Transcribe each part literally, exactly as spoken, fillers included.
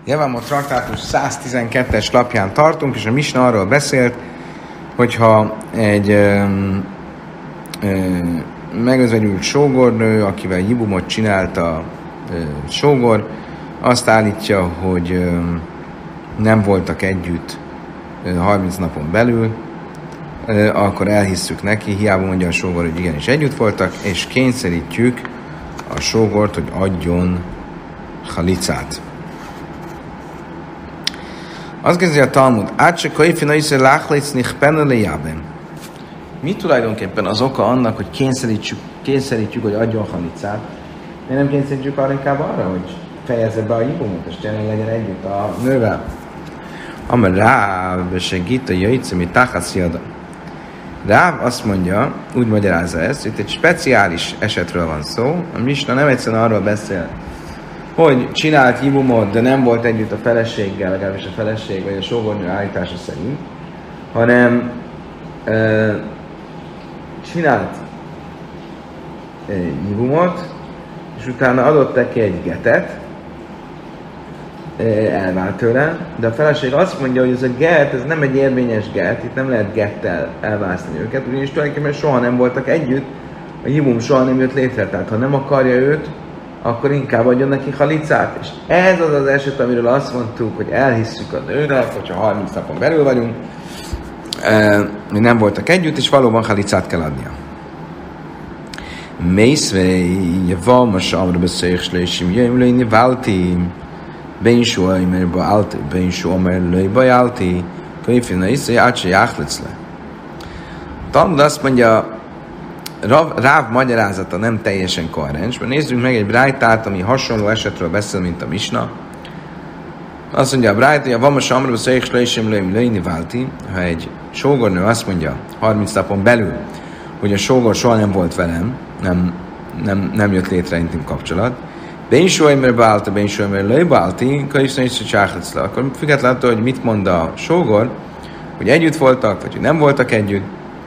Jevamot traktátus száztizenkettes lapján tartunk, és a Misna arról beszélt, hogyha egy ö, ö, megözvegyült sógornő, akivel jibumot csinált a ö, sógor, azt állítja, hogy ö, nem voltak együtt ö, harminc napon belül, ö, akkor elhisszük neki, hiába mondja a sógor, hogy igenis együtt voltak, és kényszerítjük a sógort, hogy adjon halicát. Azt kezdi a Talmud, átse kajfina iszer láchlécnich penelejában. Mi tulajdonképpen az oka annak, hogy kényszerítjük, kényszerítjük, hogy adjon halicát? Mi nem kényszerítjük arra inkább arra, hogy fejezze be a jibumot, és tényleg legyen együtt a nővel? Amar Ráv segít a jöjjtszemi táhaszjada. Ráv azt mondja, úgy magyarázza ezt, itt egy speciális esetről van szó, a Misna nem egyszerűen arról beszél, hogy csinált jibumot, de nem volt együtt a feleséggel, legalábbis a feleség vagy a sógornő állítása szerint, hanem e, csinált e, jibumot, és utána adott neki egy getet, e, elvált tőle, de a feleség azt mondja, hogy ez a get, ez nem egy érvényes get, itt nem lehet gettel elválasztani őket, ugyanis tulajdonképpen soha nem voltak együtt, a jibum soha nem jött létre, tehát ha nem akarja őt, akkor inkább adjon neki halicát. És ez az az eset, amiről azt mondtuk, hogy elhisszük a nőnek, hogyha harminc napon belül vagyunk, mi nem voltak együtt, és valóban halicát kell adnia. Mészvei, javalmas amra beszélyes lősim, jöjjön lőjni válti, bénysó ajmerba álti, bénysó ajmerlőjba álti, könyvfina iszai átse jáhletsz le. Talmud azt mondja, Ráv, Ráv magyarázata nem teljesen koherens, mert nézzünk meg egy brájtát, ami hasonló esetről beszél, mint a Misna. Azt mondja a brájt, hogy a vamas amra széks lejsem lőjni válti, ha egy sógornő azt mondja harminc napon belül, hogy a sógor soha nem volt velem, nem, nem, nem jött létre intim kapcsolat, bénysóimer bálta, bénysóimer lőj bálti, könyvszön is csáhletsz le. Akkor függetlenül attól, hogy mit mond a sógor, hogy együtt voltak, vagy hogy nem voltak együtt,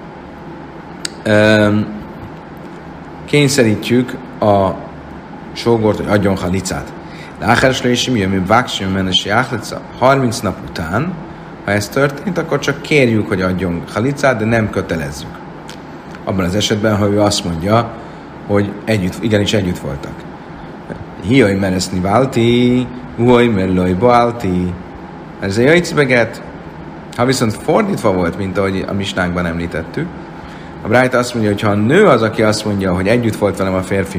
um, kényszerítjük a sógort, hogy adjon halicát. De áherslésim jön, mi vágsim menesi áhleca. harminc nap után, ha ez történt, akkor csak kérjük, hogy adjon halicát, de nem kötelezzük. Abban az esetben, ha ő azt mondja, hogy együtt, igenis együtt voltak. Hiaj mereszni válti, uaj merlőjba álti. Ez egy jöjjtszbeget. Ha viszont fordítva volt, mint ahogy a misnánkban említettük, a brájta azt mondja, hogy ha a nő az, aki azt mondja, hogy együtt volt velem a férfi,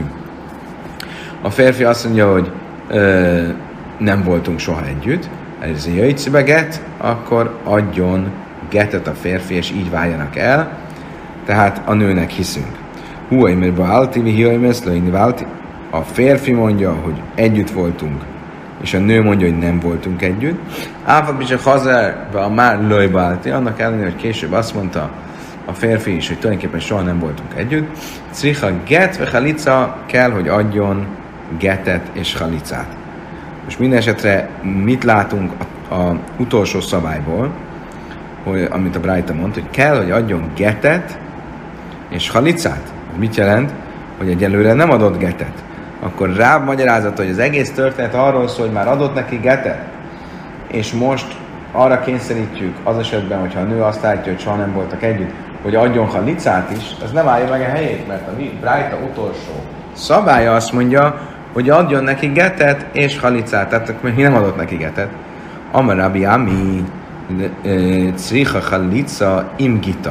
a férfi azt mondja, hogy ö, nem voltunk soha együtt, ez a jöjjtszbeget, akkor adjon getet a férfi, és így váljanak el, tehát a nőnek hiszünk. Húaj merba álti, mi hiaj meszlőjni válti. A férfi mondja, hogy együtt voltunk, és a nő mondja, hogy nem voltunk együtt. Áfab is a hazárba a már lőjba álti, annak ellenére, hogy később azt mondta a férfi is, hogy tulajdonképpen soha nem voltunk együtt. Cricha get ve halica, kell, hogy adjon getet és halicát. Most minden esetre mit látunk a, a utolsó szabályból, hogy, amit a Brájta mond, hogy kell, hogy adjon getet és halicát. Mit jelent? Hogy egyelőre nem adott getet. Akkor Ráv magyarázata, hogy az egész történet arról szól, hogy már adott neki getet, és most arra kényszerítjük az esetben, hogyha a nő azt állítja, hogy soha nem voltak együtt, hogy adjon halicát is, ez nem állja meg a helyét, mert a Brájta utolsó szabálya azt mondja, hogy adjon neki getet és halicát, tehát mi nem adott neki getet. Amar Rabbi Ami cricha halica imgita.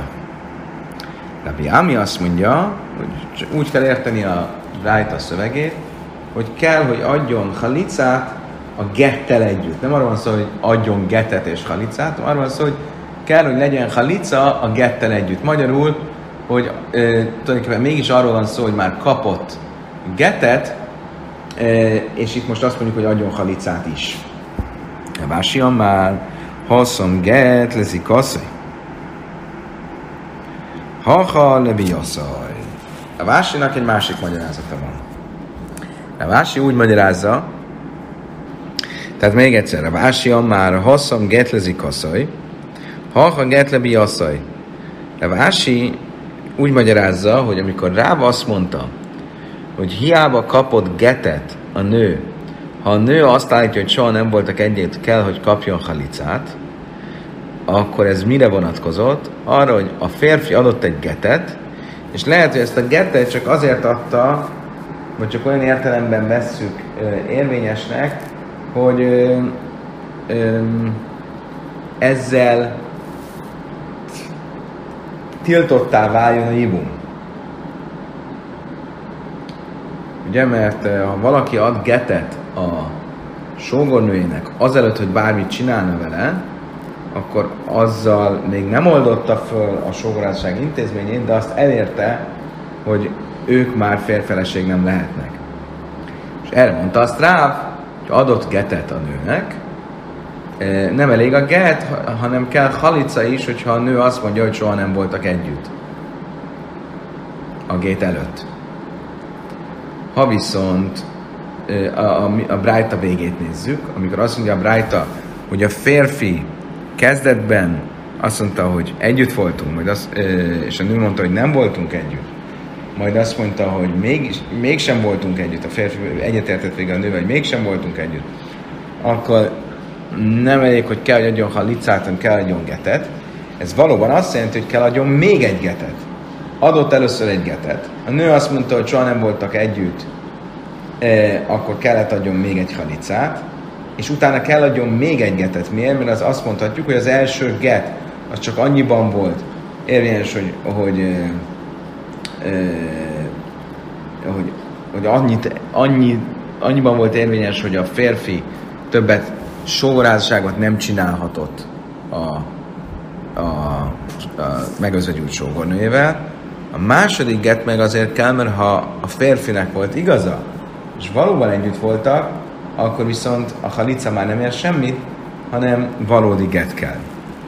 Rabbi Ami azt mondja, hogy úgy kell érteni a Brájta szövegét, hogy kell, hogy adjon halicát a gettel együtt. Nem arról van szó, hogy adjon getet és halicát, hanem arról van szó, hogy kell, hogy legyen halica a gettel együtt. Magyarul, hogy e, tulajdonképpen mégis arról van szó, hogy már kapott getet, e, és itt most azt mondjuk, hogy adjon halicát is. Vásiam már, haszom get, leszik kasszai. Ha-ha, levi jasszaj. A Vásinak egy másik magyarázata van. A Vási úgy magyarázza, tehát még egyszer, a Vásiam már, haszom get, leszik kasszai. Ha-ha get, levi jasszaj. A Vási úgy magyarázza, hogy amikor Ráv azt mondta, hogy hiába kapott getet a nő, Ha a nő azt állítja, hogy soha nem voltak együtt, kell, hogy kapjon halicát, akkor ez mire vonatkozott? Arra, hogy a férfi adott egy getet, és lehet, hogy ezt a getet csak azért adta, vagy csak olyan értelemben vesszük érvényesnek, hogy ö, ö, ezzel tiltottá váljon a jibum. Ugye, mert ha valaki ad getet a sógornőjének azelőtt, hogy bármit csinálna vele, akkor azzal még nem oldotta föl a sógorházasság intézményét, de azt elérte, hogy ők már férfeleség nem lehetnek. És erre mondta azt Ráv, hogy adott getet a nőnek, nem elég a get, hanem kell halica is, hogyha a nő azt mondja, hogy soha nem voltak együtt a gét előtt. Ha viszont a, a, a brájta végét nézzük, amikor azt mondja a brájta, hogy a férfi kezdetben azt mondta, hogy együtt voltunk, majd azt, és a nő mondta, hogy nem voltunk együtt, majd azt mondta, hogy még, mégsem voltunk együtt, a férfi egyetértett végül a nővel, hogy mégsem voltunk együtt, akkor nem elég, hogy kell, hogy adjon halicát, hanem kell, adjon getet. Ez valóban azt jelenti, hogy kell adjon még egy getet. Adott először egy getet. A nő azt mondta, hogy soha nem voltak együtt, eh, akkor kellett adjon még egy halicát, és utána kell adjon még egy getet. Miért? Mert az azt mondhatjuk, hogy az első get az csak annyiban volt érvényes, hogy, hogy, eh, eh, hogy, hogy annyit, annyi, annyiban volt érvényes, hogy a férfi többet sógorházasságot nem csinálhatott a, a, a megözvegyült sógornőjével. A második get meg azért kell, mert ha a férfinek volt igaza, és valóban együtt voltak, akkor viszont a halica már nem ér semmit, hanem valódi get kell.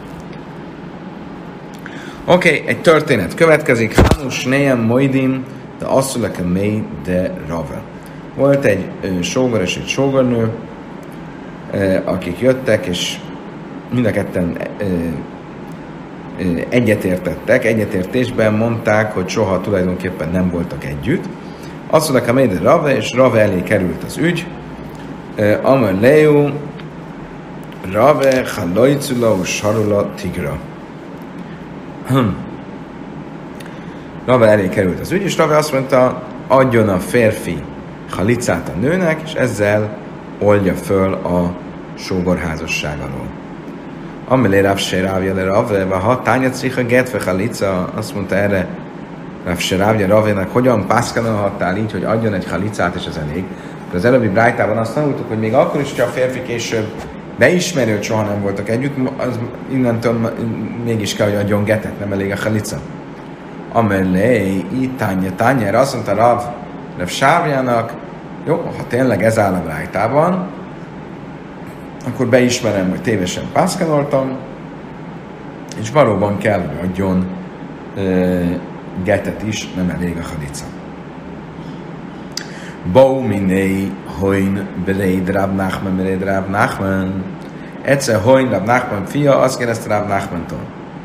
Oké, okay, egy történet következik. Hanus nejem moidim, de asszuleke mély de rave. Volt egy ö, sógor és egy sógornő, akik jöttek, és mind a ketten egyetértettek, egyetértésben mondták, hogy soha tulajdonképpen nem voltak együtt. Azt mondták, hogy a Rave, és Rave elé került az ügy. Amar Leu, Rave, Halajcula, Sarula, Tigra. Rave elé került az ügy, és Rave azt mondta, adjon a férfi halicát a nőnek, és ezzel oldja föl a sógorházasság alól. Amelé Rav se Rávja le Rave, ha tánya cicha getve halica, azt mondta erre Rav se Rávja Ravének, hogyan pászkanolhattál így, hogy adjon egy halicát, és ez elég. De az előbbi brájtában azt tanultuk, hogy még akkor is, hogyha a férfi később beismeri, hogy soha nem voltak együtt, az innentől mégis kell, hogy adjon getet, nem elég a halica. Amelé, így tánya, tánya, erre azt mondta Rav, Rav Sávjának, jó, ha tényleg ez áll a brájtában, akkor beismerem, hogy tévesen pászkanoltam, és valóban kell, hogy adjon ö, getet is, nem elég a halica. Bau minei hoin bereid Rav Nachman, bereid Rav Nachman. Egyszer hoin Rav Nachman fia, azt kérdezte Rav Nachmantól.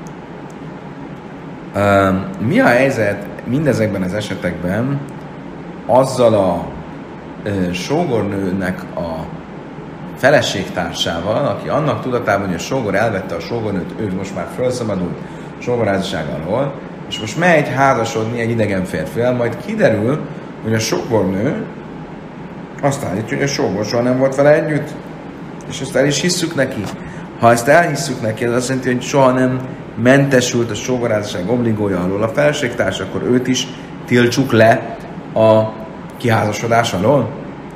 Uh, mi a helyzet mindezekben az esetekben azzal a uh, sógornőnek a feleségtársával, aki annak tudatában, hogy a sógor elvette a sógornőt, ő most már felszabadult sógorházasság alól, és most megy házasodni egy idegen férfivel, majd kiderül, hogy a sógornő azt állítja, hogy a sógor soha nem volt vele együtt, és ezt el is hisszük neki. Ha ezt elhisszük neki, ez azt jelenti, hogy soha nem mentesült a sógorházasság obligója alól a feleségtárs, akkor őt is tiltsuk le a kiházasodás alól.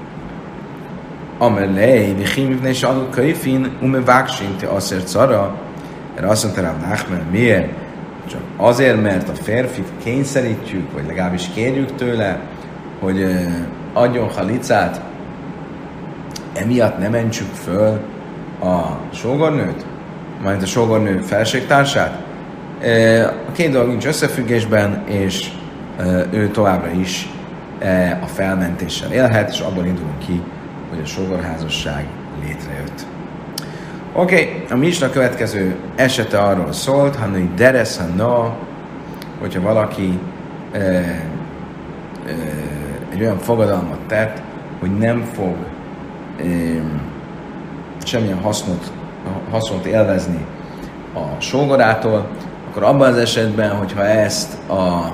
Amelé, vihimivne és adott könyvin, ume vágsinti azért szarra. Erre azt mondta Rav Nachman, miért? Csak azért, mert a férfit kényszerítjük, vagy legalábbis kérjük tőle, hogy adjon halicát, emiatt nem mentsük föl a sógornőt, majd a sógornő feleségtársát. A két dolog nincs összefüggésben, és ő továbbra is a felmentéssel élhet, és abból indulunk ki, hogy a sógorházasság létrejött. Oké, okay, a misna következő esete arról szólt, hanui deres hanna, hogyha valaki e, e, egy olyan fogadalmat tett, hogy nem fog semmilyen hasznot, hasznot élvezni a sógorától, akkor abban az esetben, hogyha ezt a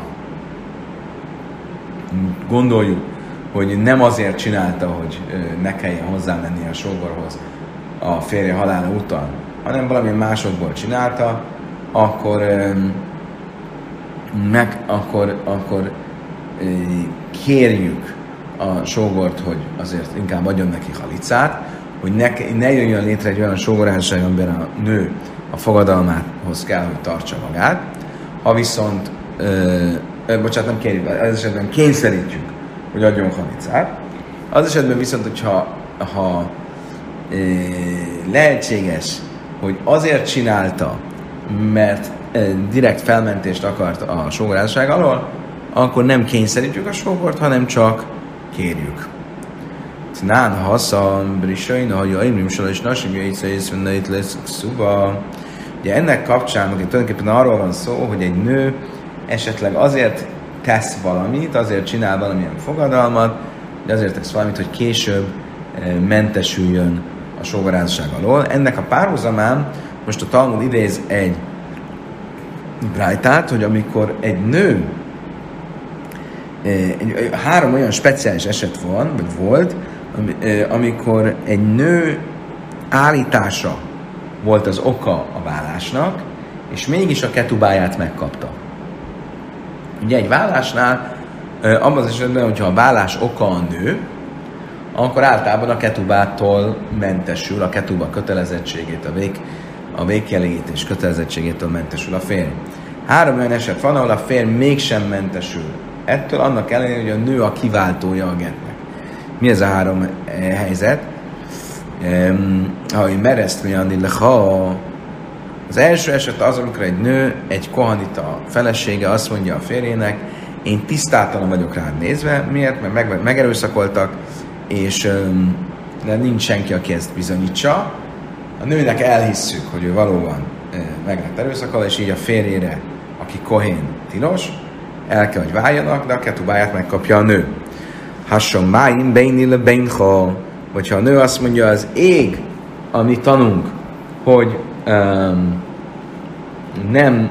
gondoljuk, hogy nem azért csinálta, hogy ne kelljen hozzámenni a sógorhoz a férje halála után, hanem valamilyen másokból csinálta, akkor meg, akkor, akkor kérjük a sógort, hogy azért inkább adjon neki halicát, hogy ne, ne jöjjön létre egy olyan sógorházasság, amiben a nő a fogadalmához kell, hogy tartsa magát. Ha viszont, ö, ö, bocsánat, nem kérjük, az esetben kényszerítjük, hogy adjon halicát. Az esetben viszont, hogyha ha, ö, lehetséges, hogy azért csinálta, mert ö, direkt felmentést akart a sógorházasság alól, akkor nem kényszerítjük a sógort, hanem csak kérjük. Nán haszam, brisaina, ha jaimrim sala és nasim jöjjtsza észvenneit lesz szuba. Ugye ennek kapcsán ugye tulajdonképpen arról van szó, hogy egy nő esetleg azért tesz valamit, azért csinál valamilyen fogadalmat, de azért tesz valamit, hogy később mentesüljön a sógorházasság alól. Ennek a párhuzamán most a Talmud idéz egy brájtát, hogy amikor egy nő egy, három olyan speciális eset van, vagy volt, amikor egy nő állítása volt az oka a vállásnak, és mégis a ketubáját megkapta. Ugye egy vállásnál, abban az esetben, hogyha a vállás oka a nő, akkor általában a ketubától mentesül, a ketuba kötelezettségét, a, vég, a végkielégítés kötelezettségétől mentesül a férj. Három olyan eset van, ahol a férj mégsem mentesül ettől, annak ellenére, hogy a nő a kiváltója a getnek. Mi ez a három eh, helyzet? Ahogy mereszt mi anni leha. Az első eset az, amikor egy nő, egy kohanita felesége azt mondja a férjének, én tisztátalan vagyok rád nézve, miért? Mert meg, megerőszakoltak, és um, de nincs senki, aki ezt bizonyítsa. A nőnek elhisszük, hogy ő valóban eh, meg lett erőszakolva, és így a férjére, aki kohén tilos, el kell, hogy váljanak, de a ketubáját megkapja a nő. Hasson máim beini le beincha, hogyha a nő azt mondja, az ég, ami tanunk, hogy um, nem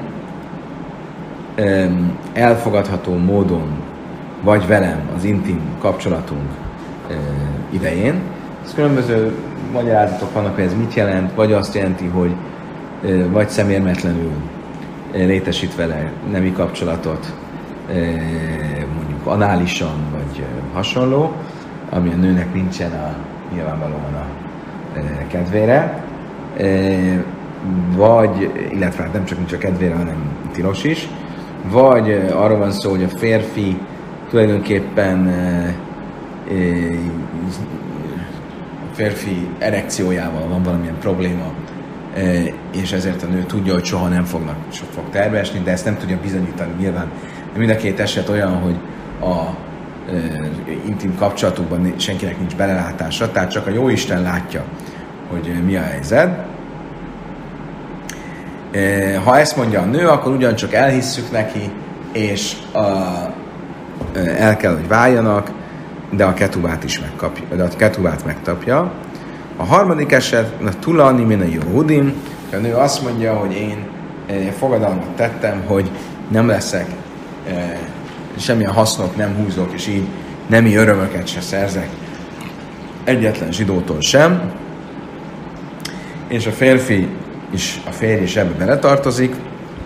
um, elfogadható módon vagy velem az intim kapcsolatunk uh, idején. Ez különböző magyarázatok vannak, hogy ez mit jelent, vagy azt jelenti, hogy uh, vagy szemérmetlenül uh, létesít vele nemi kapcsolatot, uh, mondjuk análisan, vagy uh, hasonló, ami a nőnek nincsen a, nyilvánvalóan a uh, kedvére, uh, vagy, illetve nem csak nincs a kedvére, hanem tilos is, vagy uh, arról van szó, hogy a férfi tulajdonképpen uh, uh, a férfi erekciójával van valamilyen probléma, uh, és ezért a nő tudja, hogy soha nem fognak, soha fog terve esni, de ezt nem tudja bizonyítani nyilván. De mind a két eset olyan, hogy a uh, intim kapcsolatokban senkinek nincs belelátása, tehát csak a Jóisten látja, hogy uh, mi a helyzet. Ha ezt mondja a nő, akkor ugyancsak elhisszük neki, és a, el kell, hogy váljanak, de a ketubát is megkapja, de a ketubát megtapja. A harmadik eset, a tulani min a Yehudim, a nő azt mondja, hogy én fogadalmat tettem, hogy nem leszek, semmilyen hasznot nem húzok, és így nemi örömöket se szerzek egyetlen zsidótól sem, és a férfi és a férj is ebbe beletartozik,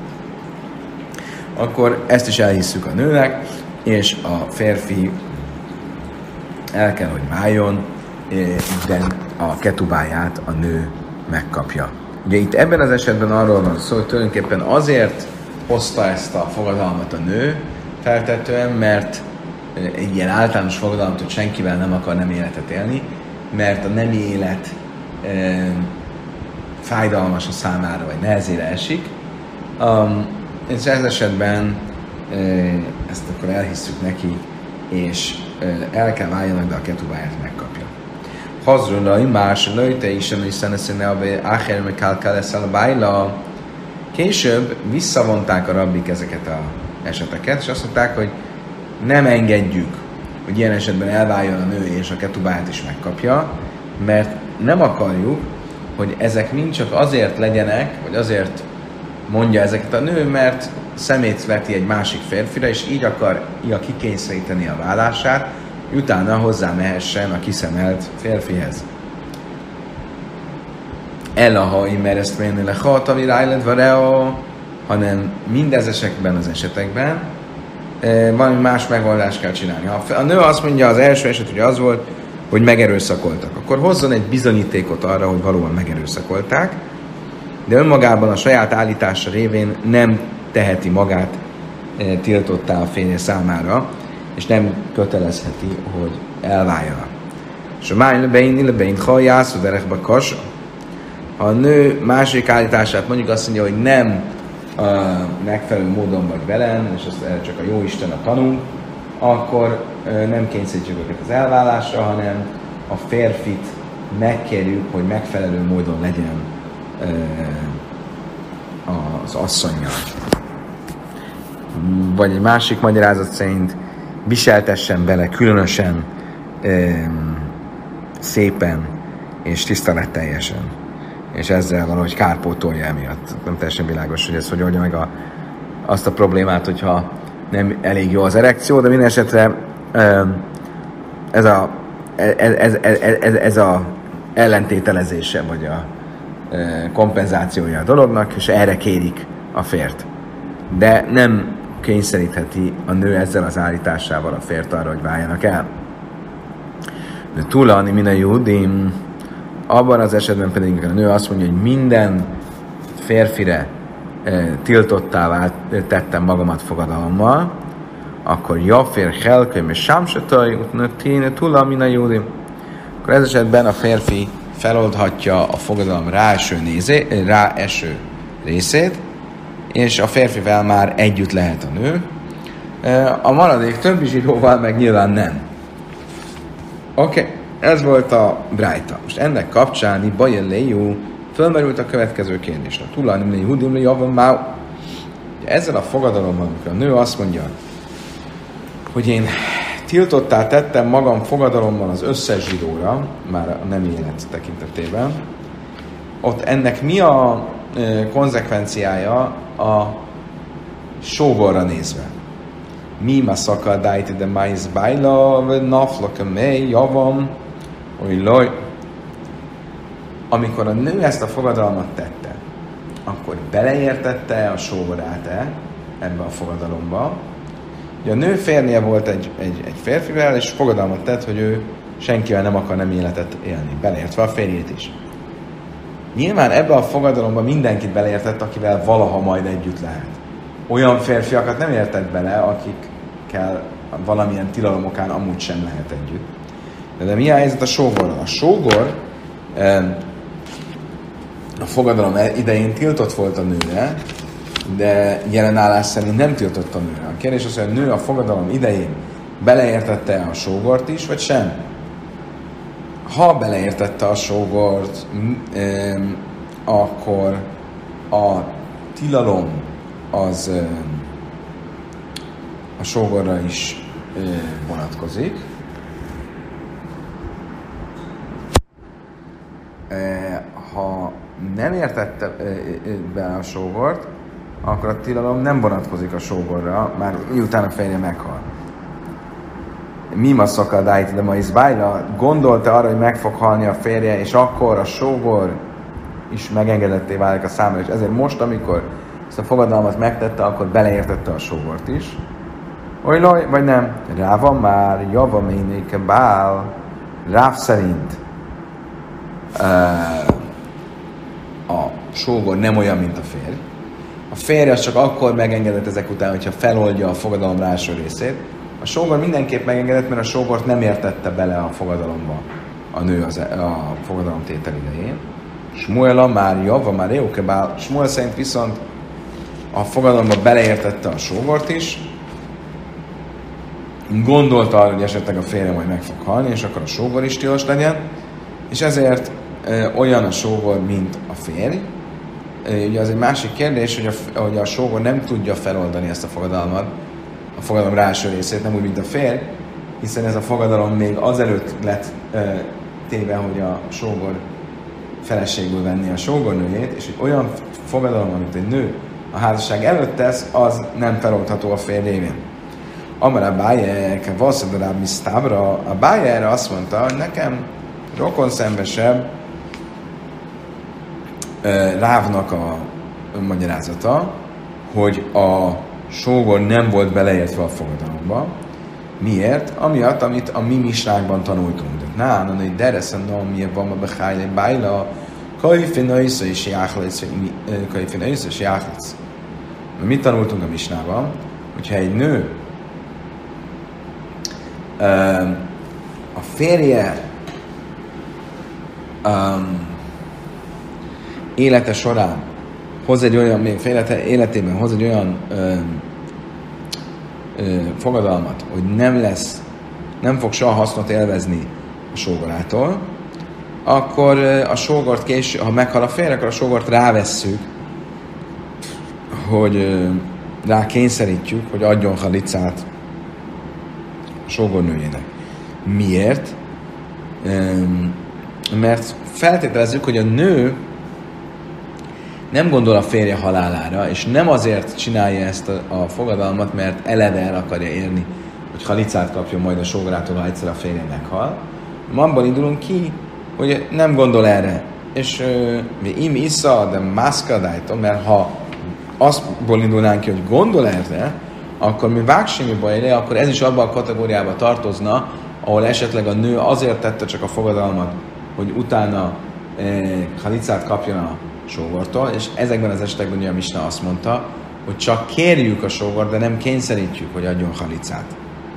akkor ezt is elhisszük a nőnek, és a férfi el kell, hogy váljon, de a ketubáját a nő megkapja. Ugye itt ebben az esetben arról van szó, hogy tulajdonképpen azért hozta ezt a fogadalmat a nő feltetően, mert egy ilyen általános fogadalmat, hogy senkivel nem akar nem életet élni, mert a nemi élet fájdalmas a számára, vagy nehezére esik. Um, és ez esetben e, ezt akkor elhisszük neki, és e, el kell váljanak, de a ketubáját megkapja. Hazrulai, más lőte is, ami szeneszene a áher, meg kell leszel a bájla. Később visszavonták a rabbik ezeket az eseteket, és azt mondták, hogy nem engedjük, hogy ilyen esetben elváljon a nő, és a ketubáját is megkapja, mert nem akarjuk, hogy ezek mind csak azért legyenek, vagy azért mondja ezeket a nő, mert szemét veti egy másik férfira, és így akarja kikényszeríteni a vállását, hogy utána hozzá mehessen a kiszemelt férfihez. Elaha imer ezt menni le hat, ami rájlent vareo, hanem mindezesekben az esetekben e, valami más megoldást kell csinálni. Ha a nő azt mondja, az első eset ugye az volt, hogy megerőszakoltak, akkor hozzon egy bizonyítékot arra, hogy valóban megerőszakolták, de önmagában a saját állítása révén nem teheti magát e, tiltottá a férje számára, és nem kötelezheti, hogy elválja. És a máj lebein, lebein, ha jászó derekbe kasa. Ha a nő másik állítását mondjuk azt mondja, hogy nem uh, megfelelő módon vagy velem, és azt uh, csak a Jóisten a tanunk, akkor uh, nem kényszerítjük őket az elvállásra, hanem a férfit megkérjük, hogy megfelelő módon legyen uh, az asszonnyal. Vagy egy másik magyarázat szerint viseltessen bele különösen um, szépen és tiszteletteljesen. És ezzel valahogy kárpótolja emiatt. Nem teljesen világos, hogy ez hogy oldja meg a, azt a problémát, hogyha nem elég jó az erekció, de minden esetre ez a, ez, ez, ez, ez a ellentételezése, vagy a kompenzációja a dolognak, és erre kérik a fért. De nem kényszerítheti a nő ezzel az állításával a fért arra, hogy váljanak el. De túlani min a júdim, abban az esetben pedig a nő azt mondja, hogy minden férfire e, tiltottá vált, tettem magamat fogadalommal, akkor jafér helköm és sámsataj, utnöttén túla min a júdim. Akkor ez esetben a férfi feloldhatja a fogadalom ráeső, nézé, ráeső részét, és a férfivel már együtt lehet a nő. E, a maradék többi zsidóval meg nyilván nem. Oké. Okay. Ez volt a brájta. Most ennek kapcsán, bajen lejú, fölmerült a következő kérdés. A tulajnim lejú, hudim lejú, javon máu. Ezzel a fogadalommal, amikor a nő azt mondja, hogy én tiltottá tettem magam fogadalommal az összes zsidóra, már a nem élet tekintetében, ott ennek mi a e, konzekvenciája a sógorra nézve? Mi ma szakadájti, de májsz bájla, vagy naflaka mely, javam, oly loj. Amikor a nő ezt a fogadalmat tette, akkor beleértette a sógorát-e ebbe a fogadalomba. Ugye a nő férnie volt egy, egy, egy férfivel, és fogadalmat tett, hogy ő senkivel nem akar nem életet élni, beleértve a férjét is. Nyilván ebbe a fogadalomba mindenkit beleértett, akivel valaha majd együtt lehet. Olyan férfiakat nem értett bele, akikkel valamilyen tilalomokán amúgy sem lehet együtt. De, de mi a helyzet a sógorral? A sógor a fogadalom idején tiltott volt a nőre, de jelenállás szerint nem tiltott a nőre. A kérdés az, hogy a nő a fogadalom idején beleértette a sógort is, vagy sem? Ha beleértette a sógort, akkor a tilalom az a sógorra is vonatkozik. Ha nem értette be a sógort, akkor a tilalom nem vonatkozik a sógorra, már miután a férje meghal. Mima szakadájt, de ma is bájla, gondolta arra, hogy meg fog halni a férje, és akkor a sógor is megengedetté válik a számára, és ezért most, amikor ezt a fogadalmat megtette, akkor beleértette a sógort is. Oly loj, vagy nem? Rá van már, java ménéke bál, Ráv szerint uh, a sógor nem olyan, mint a férj. A férj az csak akkor megengedett ezek után, hogyha feloldja a fogadalom ráeső részét. A sógor mindenképp megengedett, mert a sógort nem értette bele a fogadalomba a nő az, a fogadalom tétel idején. Smuela már java már jókebál. Smuel szerint viszont a fogadalomba beleértette a sógort is, gondolta arra, hogy esetleg a férje majd meg fog halni, és akkor a sógor is tilos legyen, és ezért e, olyan a sógor, mint a férj. E, ugye az egy másik kérdés, hogy a, hogy a sógor nem tudja feloldani ezt a fogadalmat, a fogadalom ráeső részét, nem úgy, mint a férj, hiszen ez a fogadalom még azelőtt lett e, téve, hogy a sógor feleségül venni a sógornőjét, és egy olyan fogadalom, amit egy nő a házasság előtt tesz, az nem feloldható a férj révén. Amar a Bájer, valószínűleg Misztábra, a Bájer erre azt mondta, hogy nekem rokonszembesebb Rávnak a magyarázata, hogy a sógor nem volt beleértve a fogadalomba. Miért? Amiatt, amit a mi misnákban tanultunk. De nána, hogy dereszen, no, miért van ma behájlé bájla, kajfén össze és jáhlec, kajfén össze és jáhlec. Mit tanultunk a misnában? Hogyha egy nő a férje um, élete során hoz egy olyan, még félete életében hoz egy olyan ö, ö, fogadalmat, hogy nem lesz, nem fog soha hasznot élvezni a sógorától, akkor a sógort később, ha meghal a férj, akkor a sógort rávesszük, hogy ö, rá kényszerítjük, hogy adjon halicát a sógornőjének. Miért? Ö, mert feltételezzük, hogy a nő nem gondol a férje halálára, és nem azért csinálja ezt a, a fogadalmat, mert eleve el akarja érni, hogy halicát kapjon majd a sógorától, ha egyszer a férje meghal. Abból indulunk ki, hogy nem gondol erre. És mi im issza, de mászkadájtom, mert ha azból indulnánk ki, hogy gondol erre, akkor mi vágsimi baj, akkor ez is abban a kategóriába tartozna, ahol esetleg a nő azért tette csak a fogadalmat, hogy utána eh, halicát kapjon a sógortól, és ezekben az esetekben ugye a misna azt mondta, hogy csak kérjük a sógort, de nem kényszerítjük, hogy adjon halicát.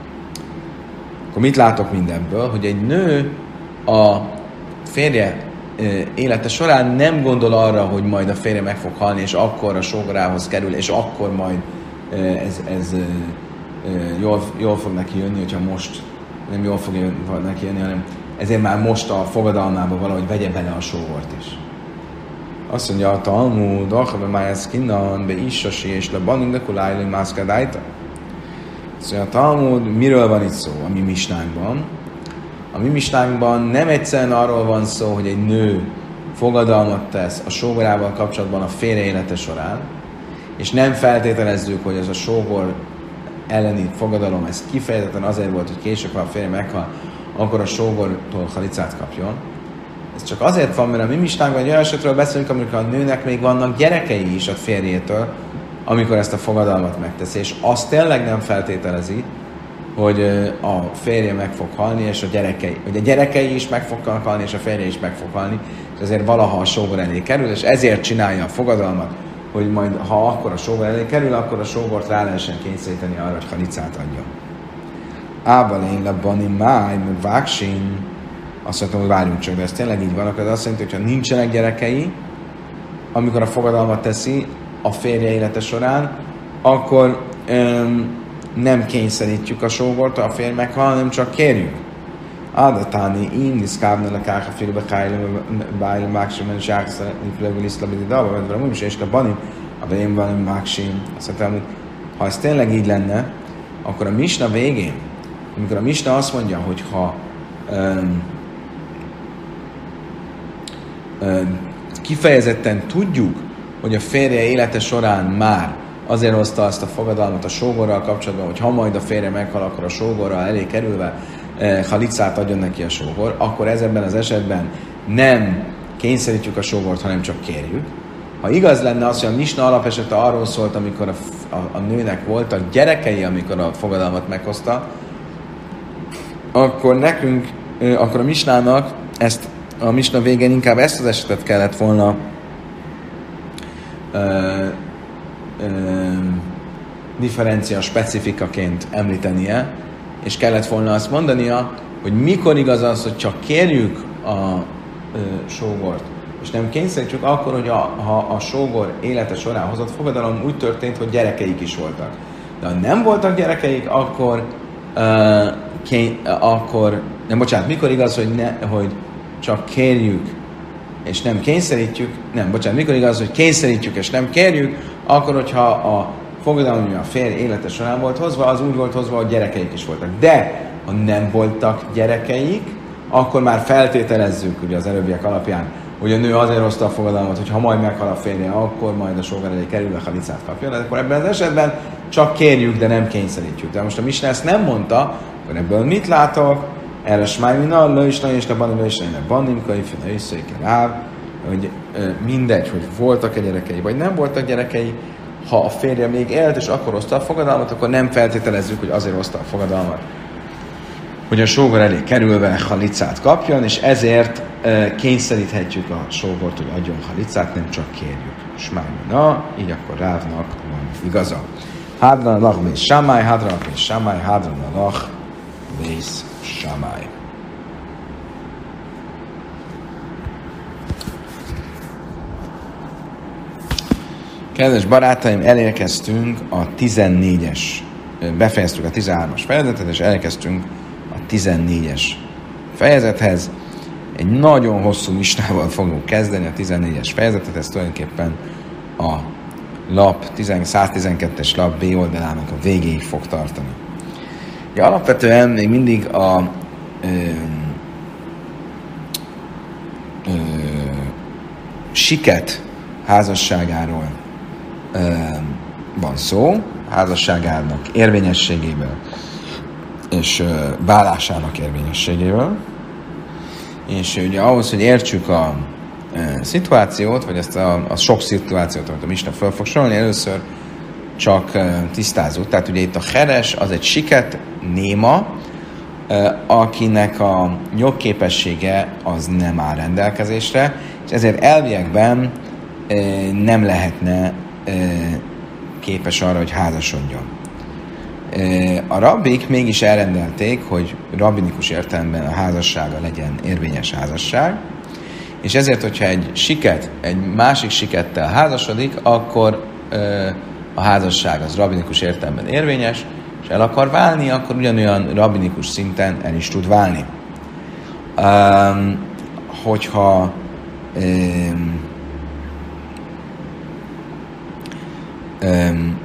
Akkor mit látok mindebből? Hogy egy nő a férje élete során nem gondol arra, hogy majd a férje meg fog halni, és akkor a sógorához kerül, és akkor majd ez, ez jól, jól fog neki jönni, hogyha most nem jól fog neki jönni, hanem ezért már most a fogadalmába valahogy vegye bele a sógort is. Azt mondja a Talmud, achabe májaszkinan, be issasi és le banin, de kulájlő mászkadájta. Azt mondja a Talmud, miről van itt szó a mi misnánkban? A mi misnánkban nem egyszerűen arról van szó, hogy egy nő fogadalmat tesz a sógorával kapcsolatban a férje élete során, és nem feltételezzük, hogy ez a sógor elleni fogadalom, ez kifejezetten azért volt, hogy később, ha a férje meghal, akkor a sógortól halicát kapjon. Ez csak azért van, mert a mi misnánkban egy olyan esetről beszélünk, amikor a nőnek még vannak gyerekei is a férjétől, amikor ezt a fogadalmat megteszi, és azt tényleg nem feltételezi, hogy a férje meg fog halni, és a gyerekei, hogy a gyerekei is meg fognak halni, és a férje is meg fog halni, és ezért valaha a sógor elé kerül, és ezért csinálja a fogadalmat, hogy majd, ha akkor a sógor elé kerül, akkor a sógort rá lehessen kényszeríteni arra, hogy halicát adjon. Ával én lebani máj, mert vágsin, azt mondtam, hogy várjunk csak, de ez tényleg így van, akkor azt jelenti, hogy ha nincsenek gyerekei, amikor a fogadalmat teszi a férje élete során, akkor öm, nem kényszerítjük a sógort, a férj meghal, hanem csak kérjük. Ádatáni, én diszkávne le káha félbe kájlő, bájlő máksim, men zsákszal, niplegül iszlabidi dalba, mert valami is, és le banim, abban én van máksim. Azt mondtam, hogy ha ez tényleg így lenne, akkor a misna végén, amikor a misna azt mondja, hogy ha öm, öm, kifejezetten tudjuk, hogy a férje élete során már azért hozta azt a fogadalmat a sógorral kapcsolatban, hogy ha majd a férje meghal, akkor a sógorral elé kerülve eh, halicát adjon neki a sógor, akkor ezekben az esetben nem kényszerítjük a sógort, hanem csak kérjük. Ha igaz lenne az, hogy a misna alapesete arról szólt, amikor a, a, a nőnek voltak gyerekei, amikor a fogadalmat meghozta, akkor nekünk, eh, akkor a misnának ezt a misna végén inkább ezt az esetet kellett volna uh, differencia specifikaként említenie, és kellett volna azt mondania, hogy mikor igaz az, hogy csak kérjük a ö, sógort, és nem kényszerítjük, akkor, hogy a, ha a sógor élete során hozott fogadalom úgy történt, hogy gyerekeik is voltak. De ha nem voltak gyerekeik, akkor ö, kény, akkor, nem, bocsánat, mikor igaz, hogy, ne, hogy csak kérjük, és nem kényszerítjük, nem, bocsánat, mikor igaz, hogy kényszerítjük, és nem kérjük, akkor, hogyha a fogadalom, ami a férj élete során volt hozva, az úgy volt hozva, hogy gyerekeik is voltak. De, ha nem voltak gyerekeik, akkor már feltételezzük ugye az előbbiek alapján, hogy a nő azért hozta a fogadalmat, hogy ha majd meghal a férje, akkor majd a sógor elé kerül, a halicát kapjon. De akkor ebben az esetben csak kérjük, de nem kényszerítjük. De most a Misna ezt nem mondta, akkor ebből mit látok? Erre smájmina, lő is, lő is, lebani, lő is, lő is, banim, kaifina, összeike ráv, hogy mindegy, hogy voltak-e gyerekei, vagy nem voltak gyerekei, ha a férje még élt, és akkor hozta a fogadalmat, akkor nem feltételezzük, hogy azért hozta a fogadalmat, hogy a sógor elé kerülve halicát kapjon, és ezért e, kényszeríthetjük a sógort, hogy adjon halicát, nem csak kérjük. Smájmina, így akkor Rávnak van igaza. Hádran lach bész samály, hádran bész samály, hádran lach bész samály. Kedves barátaim, elérkeztünk a tizennégyes, befejeztük a tizenhármas fejezetet, és elérkeztünk a tizennégyes fejezethez. Egy nagyon hosszú listával fogunk kezdeni a tizennégyes fejezetet, ez tulajdonképpen a lap, száztizenkettes lap B oldalának a végéig fog tartani. Ja, alapvetően még mindig a ö, ö, siket házasságáról ö, van szó, házasságának érvényességéből és ö, válásának érvényességéből. És ugye ahhoz, hogy értsük a e, szituációt, vagy ezt a, a sok szituációt, amit a Misna fel fog sorolni, először csak e, tisztázzuk. Tehát ugye itt a heres az egy siket néma, e, akinek a jogképessége az nem áll rendelkezésre, és ezért elviekben e, nem lehetne e, képes arra, hogy házasodjon. A rabbik mégis elrendelték, hogy rabbinikus értelemben a házassága legyen érvényes házasság, és ezért, hogyha egy siket, egy másik sikettel házasodik, akkor ö, a házasság az rabbinikus értelemben érvényes, és el akar válni, akkor ugyanolyan rabbinikus szinten el is tud válni. Um, hogyha um, um,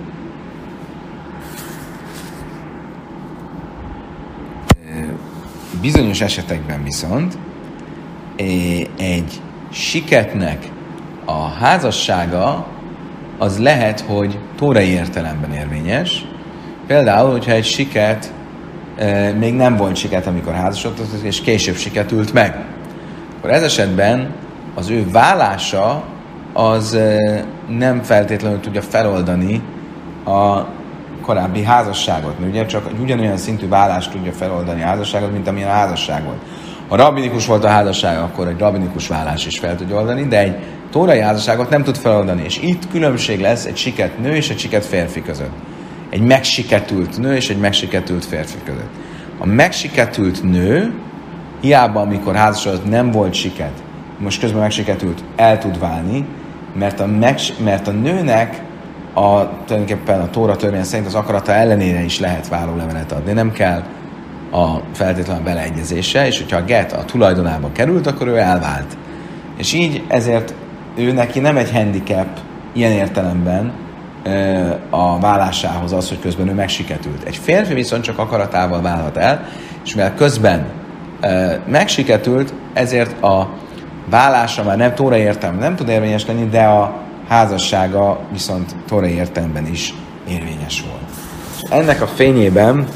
bizonyos esetekben viszont egy siketnek a házassága az lehet, hogy tórai értelemben érvényes. Például, hogyha egy siket még nem volt siket, amikor házasodott, és később siketült meg. Akkor ez esetben az ő válása az nem feltétlenül tudja feloldani a korábbi házasságot, mert ugye csak ugyanolyan szintű vállást tudja feloldani a házasságot, mint amilyen a házasság volt. Ha rabbinikus volt a házasság, akkor egy rabbinikus vállás is fel tudja oldani, de egy tórai házasságot nem tud feloldani, és itt különbség lesz egy siket nő és egy siket férfi között. Egy megsiketült nő és egy megsiketült férfi között. A megsiketült nő, hiába amikor házasodott nem volt siket, most közben megsiketült, el tud válni, mert a, megs- mert a nőnek a, tulajdonképpen a Tóra törvény szerint az akarata ellenére is lehet vállólevelet adni. Nem kell a feltétlen beleegyezése, és hogyha a get a tulajdonába került, akkor ő elvált. És így ezért ő neki nem egy handicap ilyen értelemben a vállásához az, hogy közben ő megsiketült. Egy férfi viszont csak akaratával válhat el, és mivel közben megsiketült, ezért a vállása már nem tórai értelemben nem tud érvényes lenni, de a házassága viszont tórai értelemben is érvényes volt. És ennek a fényében,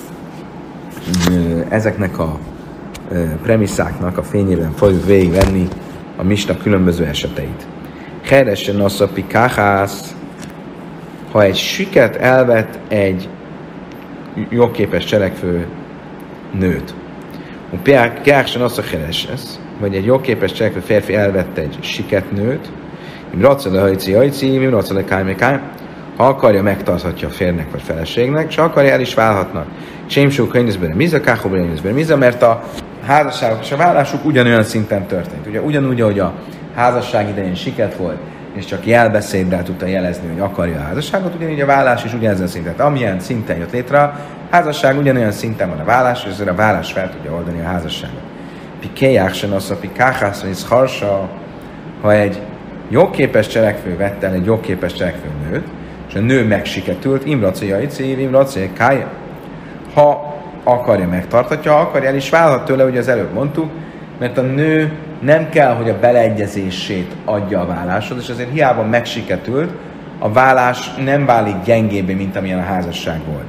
ezeknek a premisszáknak a fényében fogjuk végigvenni a Misna különböző eseteit. Heresen naszapi káhász, ha egy siket elvet egy jogképes cselekvő nőt, Piáksen az a hereses, vagy egy jogképes cselekvő férfi elvette egy siket nőt, Imracele hajci hajci, imracele kájme kájme, ha akarja, megtarthatja a férnek vagy feleségnek, és ha akarja, el is válhatnak. Sémsú könyvözből miza, káhóből könyvözből miza, mert a házasságok és a vállásuk ugyanolyan szinten történt. Ugye ugyanúgy, ahogy a házasság idején siket volt, és csak jelbeszéddel tudta jelezni, hogy akarja a házasságot, ugyanígy a vállás is ugyanezen szinten. Amilyen szinten jött létre a házasság, ugyanolyan szinten van a vállás, és ezért a vállás fel tudja oldani a házasságot. Pikéjáksen az, a pikáhász, vagy harsa, ha egy jogképes cselekvő vett el egy jogképes cselekvő nőt, és a nő megsiketült, imracéjai cív, imracéj kája. Ha akarja, megtartatja, ha akarja, el is válhat tőle, ugye az előbb mondtuk, mert a nő nem kell, hogy a beleegyezését adja a válláshoz, és azért hiába megsiketült, a vállás nem válik gyengébbé, mint amilyen a házasság volt.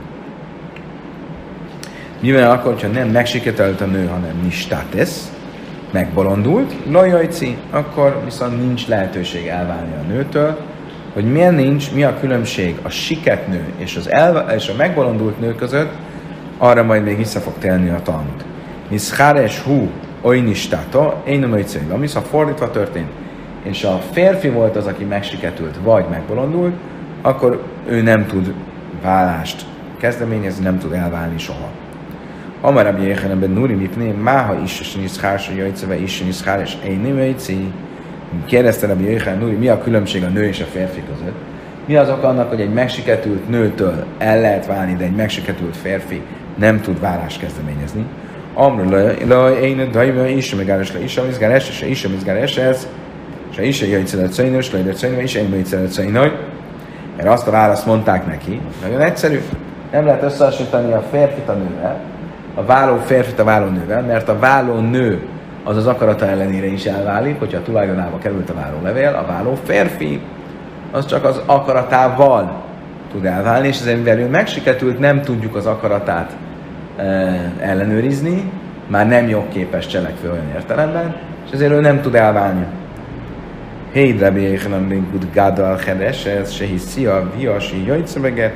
Mivel akkor, hogyha nem megsiketelt a nő, hanem nistátész, megbolondult, lojajci, akkor viszont nincs lehetőség elválni a nőtől, hogy miért nincs, mi a különbség a siket nő és, az elva- és a megbolondult nő között, arra majd még vissza fog térni a Talmud. Miszháres hú oinistáta, én nem öjtszőjük. Ami ha fordítva történt, és a férfi volt az, aki megsiketült, vagy megbolondult, akkor ő nem tud vállást kezdeményezni, nem tud elválni soha. Amar Rabbi Yochanan ben Nuri mipné, máha is is niszhársa jöjtszöve is niszháres, én nem öjtszi. Kérdezte Rabbi Yochanan Nuri, mi a különbség a nő és a férfi között? Mi az oka annak, hogy egy megsiketült nőtől el lehet válni, de egy megsiketült férfi nem tud vállást kezdeményezni? Amra le én dajva is megállás le is a mizgáres, és is a mizgáres ez, és is a jöjtszövet szöjnös, le jöjtszövet és én jöjtszövet szöjnöj. Erre azt a választ mondták neki. Nagyon egyszerű. Nem lehet összehasonlítani a férfit a nővel, a váló férfit a váló nővel, mert a váló nő az az akarata ellenére is elválik, hogyha a tulajdonába került a váló levél, a váló férfi az csak az akaratával tud elválni, és ezért mivel ő megsiketült, nem tudjuk az akaratát e, ellenőrizni, már nem jogképes cselekvő olyan értelemben, és ezért ő nem tud elválni. Héd Rabbi Yochanan ben Gudgada al-Cheres, ez se hiszi a viasi jöjtszöveget.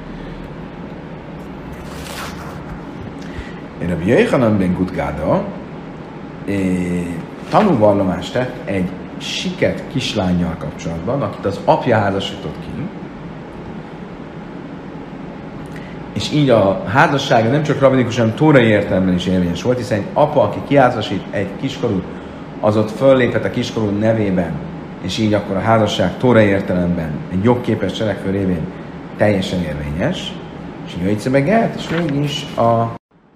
Rabbi Yochanan ben Gudgada tanúvallomást tett egy siket kislánnyal kapcsolatban, akit az apja házasított ki, és így a házassága nem csak rabinikusan, tórai értelemben is érvényes volt, hiszen egy apa, aki kiházasít egy kiskorút, az ott fölléphet a kiskorú nevében, és így akkor a házasság tórai értelemben egy jogképes cselekvő révén teljesen érvényes, és jöjjtse meg el, és mégis a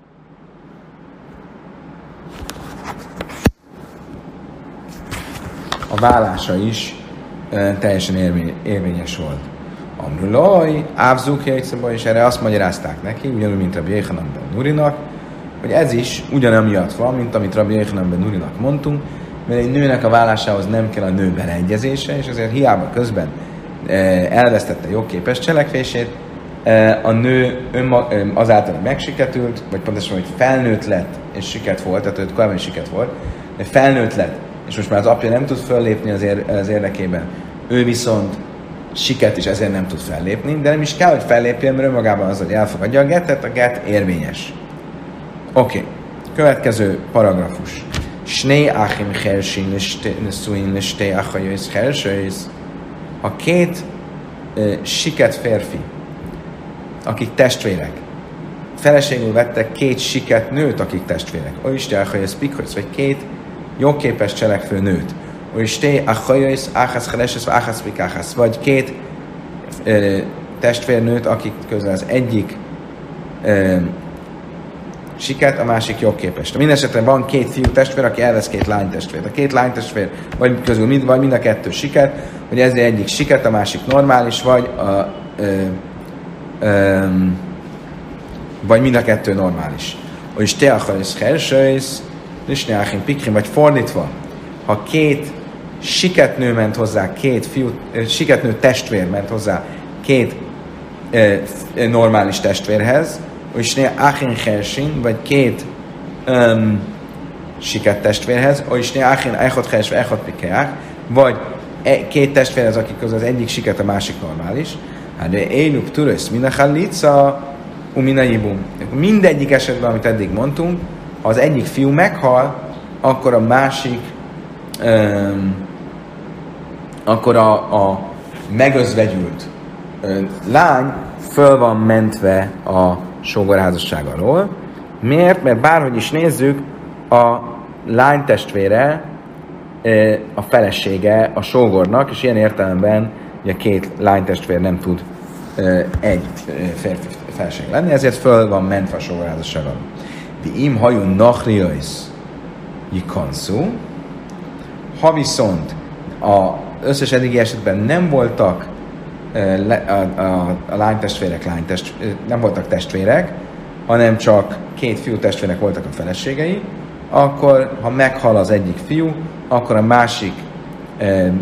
a vállása is e, teljesen érvény, érvényes volt. Amrulaj, ávzuk jegyszabba, és erre azt magyarázták neki, ugyanúgy, mint Rabbi Yochanan ben Nurinak, hogy ez is ugyanamiatt van, mint amit Rabbi Yochanan ben Nurinak mondtunk, mert egy nőnek a vállásához nem kell a nő beleegyezése, és ezért hiába közben e, elvesztette jogképes cselekvését, e, a nő önma, azáltal, hogy megsiketült, vagy pontosan, hogy felnőtt lett, és siket volt, tehát őt korábban siket volt, de felnőtt lett, és most már az apja nem tud föllépni az, ér, az érdekében, ő viszont siket is ezért nem tud fellépni, de nem is kell, hogy fellépjen, mert önmagában az, hogy elfogadja a getet, a get érvényes. Oké, okay. Következő paragrafus. Sné achim hersin neszuin nesté achajöjsz hersőjsz. A két uh, siket férfi, akik testvérek, feleségül vettek két siket nőt, akik testvérek. Oisté achajöjsz pikhojsz, vagy két jogképes cselekvő nőt. Oisté achajöjsz áhász heresesz, áhász pikáhász, vagy két uh, testvérnőt, akik közül az egyik uh, siket, a másik jogképes. Mindenesetre van két fiú testvér, aki elvesz két lány testvér. A két lány testvér, vagy közül mind, vagy mind a kettő siket, hogy ezért egyik siket, a másik normális, vagy a, ö, ö, vagy mind a kettő normális. És te akarsz hersősz, és ne achim pikrim, vagy fordítva, ha két siketnő ment hozzá, két fiú, siketnő testvér ment hozzá két ö, normális testvérhez, és ne achin hersin, vagy két um, siket testvérhez, és ne achin echot hers, vagy echot pikeák, vagy e, két testvérhez, akik közül az egyik siket, a másik normális. Hát de élük turösz, min a chalica, u min a jibum. Mindegyik esetben, amit eddig mondtunk, ha az egyik fiú meghal, akkor a másik um, akkor a, a megözvegyült um, lány föl van mentve a sógorházasság alól. Miért? Mert bárhogy is nézzük, a lány testvére a felesége a sógornak, és ilyen értelemben ugye két lány testvér nem tud egy férfi feleség lenni, ezért föl van mentve a sógorházasság alól. De im hajun nachriajsz jikanszú, ha viszont az összes eddigi esetben nem voltak A, a, a lánytestvérek lánytestvérek, nem voltak testvérek, hanem csak két fiú testvérnek voltak a feleségei, akkor, ha meghal az egyik fiú, akkor a másik eh, eh,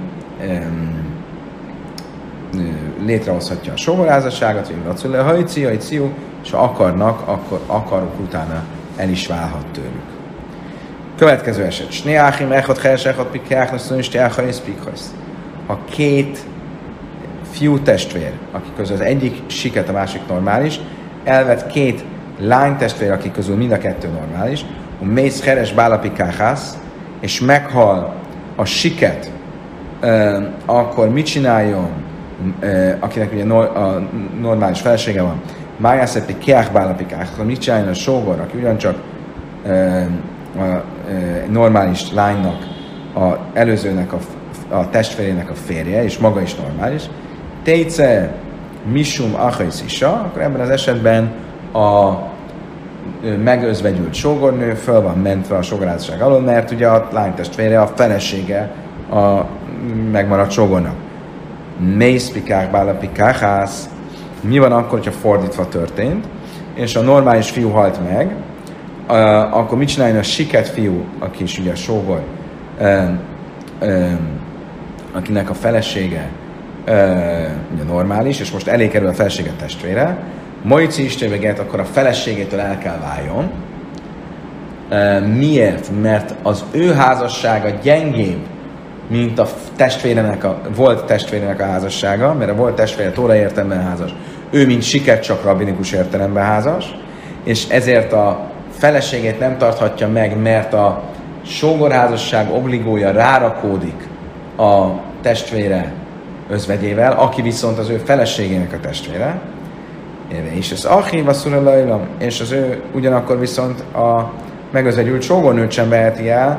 létrehozhatja a sógorházasságot, vagy raculja, hajci, hajciu, és ha akarnak, akkor akarok utána el is válhat tőlük. Következő eset. Sneáchim, echot, heres, echot, pikkeach, naszon is teácharész, pikhasz. Ha két fiú testvér, akik közül az egyik siket, a másik normális, elvet két lány testvér, akik közül mind a kettő normális, a mész, heres, bálapikáhász, és meghal a siket, akkor mit csináljon, akinek ugye a normális felesége van, májászepi keák bálapikák, akkor mit csináljon a sógor, aki ugyancsak a normális lánynak, a előzőnek a, a testvérének a férje, és maga is normális, tejce misum achaisz isa, akkor ebben az esetben a megözvegyült sógornő föl van mentve a sógorházasság alól, mert ugye a lánytestvére a felesége a megmaradt sógornak. Mész pikák, bálapikáhász. Mi van akkor, hogyha fordítva történt, és a normális fiú halt meg, uh, akkor mit csináljon a siket fiú, aki is ugye a sógor, uh, uh, akinek a felesége uh, ugye normális, és most elé kerül a felesége testvére, Mojci istéveget, akkor a feleségétől el kell váljon. Uh, miért? Mert az ő házassága gyengébb, mint a testvérenek a, volt testvérenek a házassága, mert a volt testvére tóra értelemben házas. Ő, mint siket, csak rabbinikus értelemben házas, és ezért a feleségét nem tarthatja meg, mert a sógorházasság obligója rárakódik a testvére özvegyével, aki viszont az ő feleségének a testvére. És az Achiva Szuralajlam, és az ő ugyanakkor viszont a megözvegyült sógornőt sem veheti el,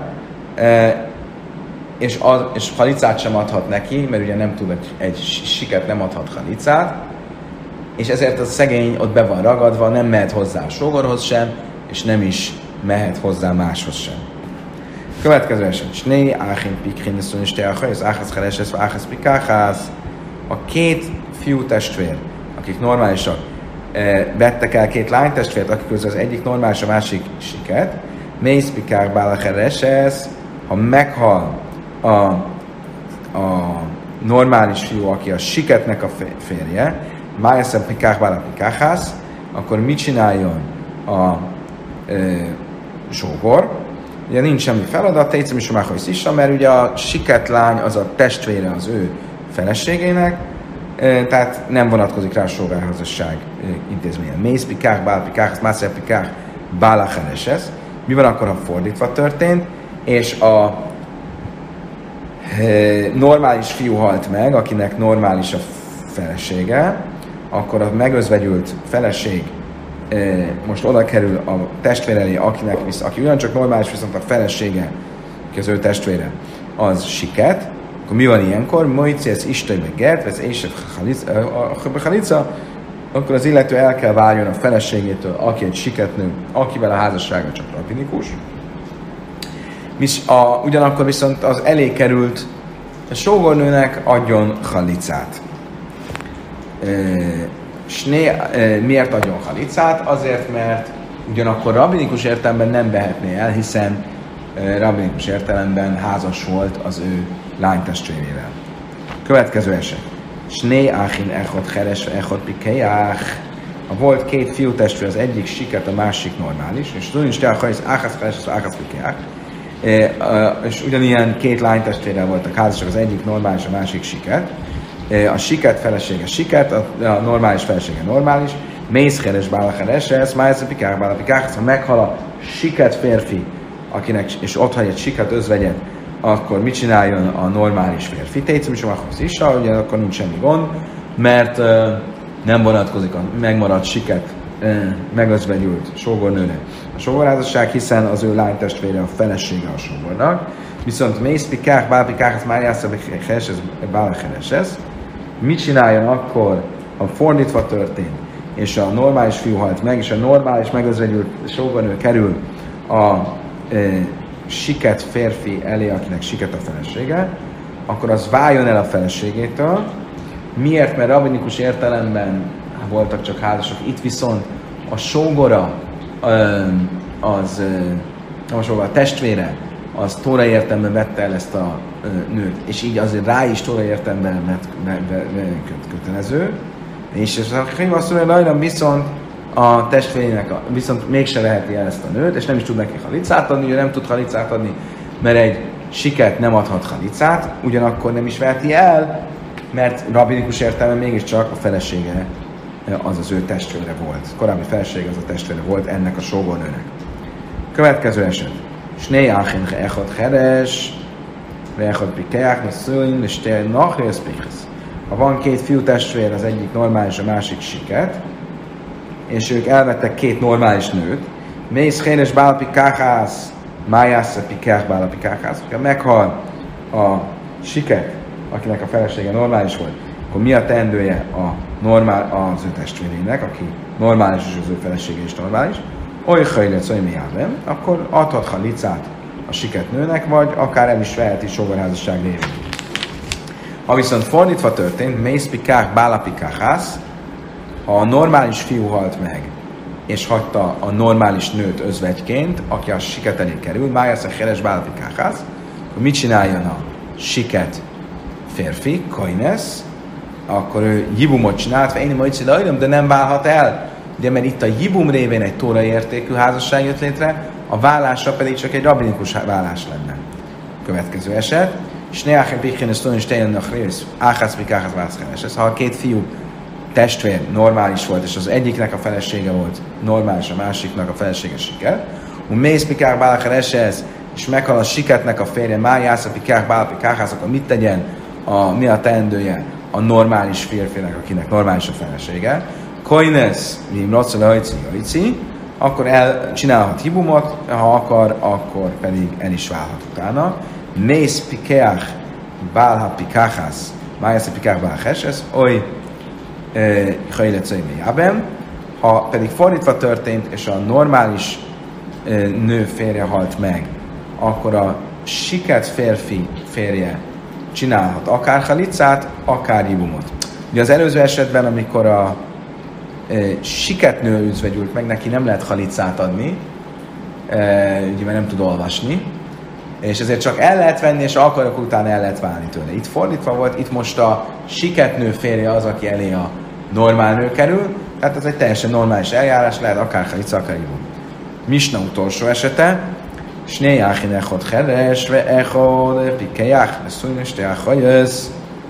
és, az, és halicát sem adhat neki, mert ugye nem tud, egy, egy siket nem adhat halicát, és ezért a szegény ott be van ragadva, nem mehet hozzá a sógorhoz sem, és nem is mehet hozzá máshoz sem. Következő eset. Sné, áhén pikhin, szón is teachaj, az áhász heresesz, vagy áhász pikáhász. A két fiú testvér, akik normálisak, vettek el két lány testvért, akik közül az egyik normális, a másik siket. Mész pikák bála heresesz, ha meghal a, a normális fiú, aki a siketnek a férje, májeszem pikák bála pikáhász, akkor mit csináljon a e, sógor? Ugye nincs semmi feladat, tejcem is a máhajsz is, mert ugye a siket lány az a testvére az ő feleségének, e, tehát nem vonatkozik rá a sógorházasság e, intézménye. Mész pikák bála pikáhász, májeszem pikák bála heresesz. Mi van akkor, ha fordítva történt, és a normális fiú halt meg, akinek normális a felesége, akkor a megözvegyült feleség most oda kerül a testvér elé, akinek visz, aki ugyancsak normális, viszont a felesége, aki az ő testvére, az siket, akkor mi van ilyenkor? Mojci, ez Istenbe gert, vesz Ésev Halica, akkor az illető el kell váljon a feleségétől, aki egy siketnő, akivel a házassága csak rabbinikus. A, ugyanakkor viszont az elé került a sógornőnek adjon halicát. E, sné, e, miért adjon halicát? Azért, mert ugyanakkor rabbinikus értelemben nem vehetné el, hiszen e, rabbinikus értelemben házas volt az ő lánytestvérével. Következő eset. Sné áchin echot heres, echot pikejach. Ha volt két fiú testvér, az egyik siket, a másik normális, és tudni is te a hajsz áchasz heres, az áchasz pikejach. És ugyanilyen két lánytestvérrel voltak házasak, az egyik normális, a másik siket. A siket felesége siket, a normális felesége normális. Mészheres bálacheres, ez májsz a pikák bálapikák, ha meghal a siket férfi, akinek, és ott hagy egy siket özvegyet, akkor mit csináljon a normális férfi? Tétszem is a machos is, ugye akkor nincs semmi gond, mert uh, nem vonatkozik a megmaradt siket uh, megözvegyült sógornőre a sógorházasság, hiszen az ő lánytestvére a felesége a sógornak. Viszont mész pikák, bálapikák, ez már játszik, ez bálacheres ez. Mit csináljon akkor, ha fordítva történt, és a normális fiú halt meg, és a normális megözvegyült sógornő kerül a e, siket férfi elé, akinek siket a felesége, akkor az váljon el a feleségétől. Miért? Mert rabbinikus értelemben voltak csak házasok, itt viszont a sógora, az, most a testvére, az tóra értelemben vette el ezt a nőt, és így azért rá is tóra értelemben kötelező, és ez a Hiva azt mondja, hogy viszont a testvérének, a, viszont mégse veheti el ezt a nőt, és nem is tud neki halicát adni, ő nem tud halicát adni, mert egy siket nem adhat halicát, ugyanakkor nem is veheti el, mert rabbinikus értelemben mégiscsak a felesége az az ő testvére volt. Korábbi felesége az a testvére volt ennek a sógornőnek. Következő eset. Sné achin echad heres, echad pikeák, na szőlin, és te nachrész pichesz. Ha van két fiú testvér, az egyik normális, a másik siket, és ők elvettek két normális nőt, mész hénes bálpikáhász, májász a pikák bálpikáhász. Ha meghal a siket, akinek a felesége normális volt, akkor mi a teendője a normál, az ő testvérének, aki normális, és az ő felesége is normális, oly hajlec, oly miávem, akkor adhat halicát a siket nőnek, vagy akár el is veheti sógorházasság révén. Ha viszont fordítva történt, mész pikák bálapikáhász, ha a normális fiú halt meg, és hagyta a normális nőt özvegyként, aki a siket elé kerül, májász a heres bálapikáhász, akkor mit csináljon a siket férfi, kainesz, akkor ő jibumot csinált, vagy én majd csinálom, de nem válhat el. Ugye, mert itt a jibum révén egy tórai értékű házasság jött létre, a vállása pedig csak egy rabbinikus vállás lenne. Következő eset. És ne áchen pichén és tudni, és tényleg rész, áhász pikáhász vászkenes. Ez ha a két fiú testvér normális volt, és az egyiknek a felesége volt normális, a másiknak a felesége siker, úgy mész pikák bálakeres ez, és meghal a siketnek a férje, májász a pikák bálapikáhász, akkor mit tegyen, a, mi a teendője a normális férfinek, akinek normális a felesége. Koinesz, mi racol hajci, hajci, akkor elcsinálhat hibumot, ha akar, akkor pedig el is válhat utána. Mész pikeach bálha pikáhász, májász a pikák bálhász, ez oly hajlecai mélyában. Ha pedig fordítva történt, és a normális nő férje halt meg, akkor a siket férfi férje csinálhat akár halicát, akár hibumot. Ugye az előző esetben, amikor a e, siketnő özvegyült meg, neki nem lehet halicát adni, e, ugye mert nem tud olvasni, és ezért csak el lehet venni, és akarok utána el lehet válni tőle. Itt fordítva volt, itt most a siketnő férje az, aki elé a normál nő kerül, tehát ez egy teljesen normális eljárás, lehet akár halica, akár hibum. Misna utolsó esete, Sné áchin echod heres, ve echod pikejach, de szújn és te áchajössz.